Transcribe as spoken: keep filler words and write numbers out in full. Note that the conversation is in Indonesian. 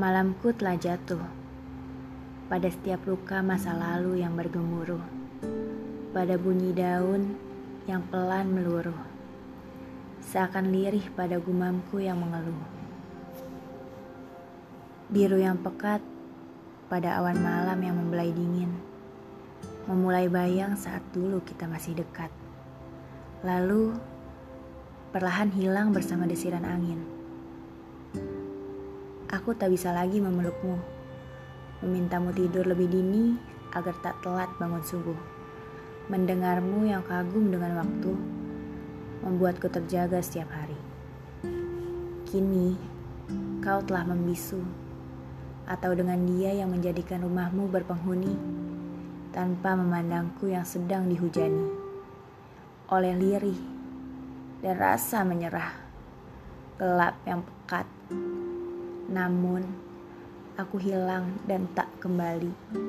Malamku telah jatuh pada setiap luka masa lalu yang bergemuruh, pada bunyi daun yang pelan meluruh, seakan lirih pada gumamku yang mengeluh. Biru yang pekat pada awan malam yang membelai dingin, memulai bayang saat dulu kita masih dekat, lalu perlahan hilang bersama desiran angin. Aku tak bisa lagi memelukmu, memintamu tidur lebih dini agar tak telat bangun subuh. Mendengarmu yang kagum dengan waktu, membuatku terjaga setiap hari. Kini, kau telah membisu, atau dengan dia yang menjadikan rumahmu berpenghuni, tanpa memandangku yang sedang dihujani, oleh lirih dan rasa menyerah, gelap yang pekat. Namun, aku hilang dan tak kembali.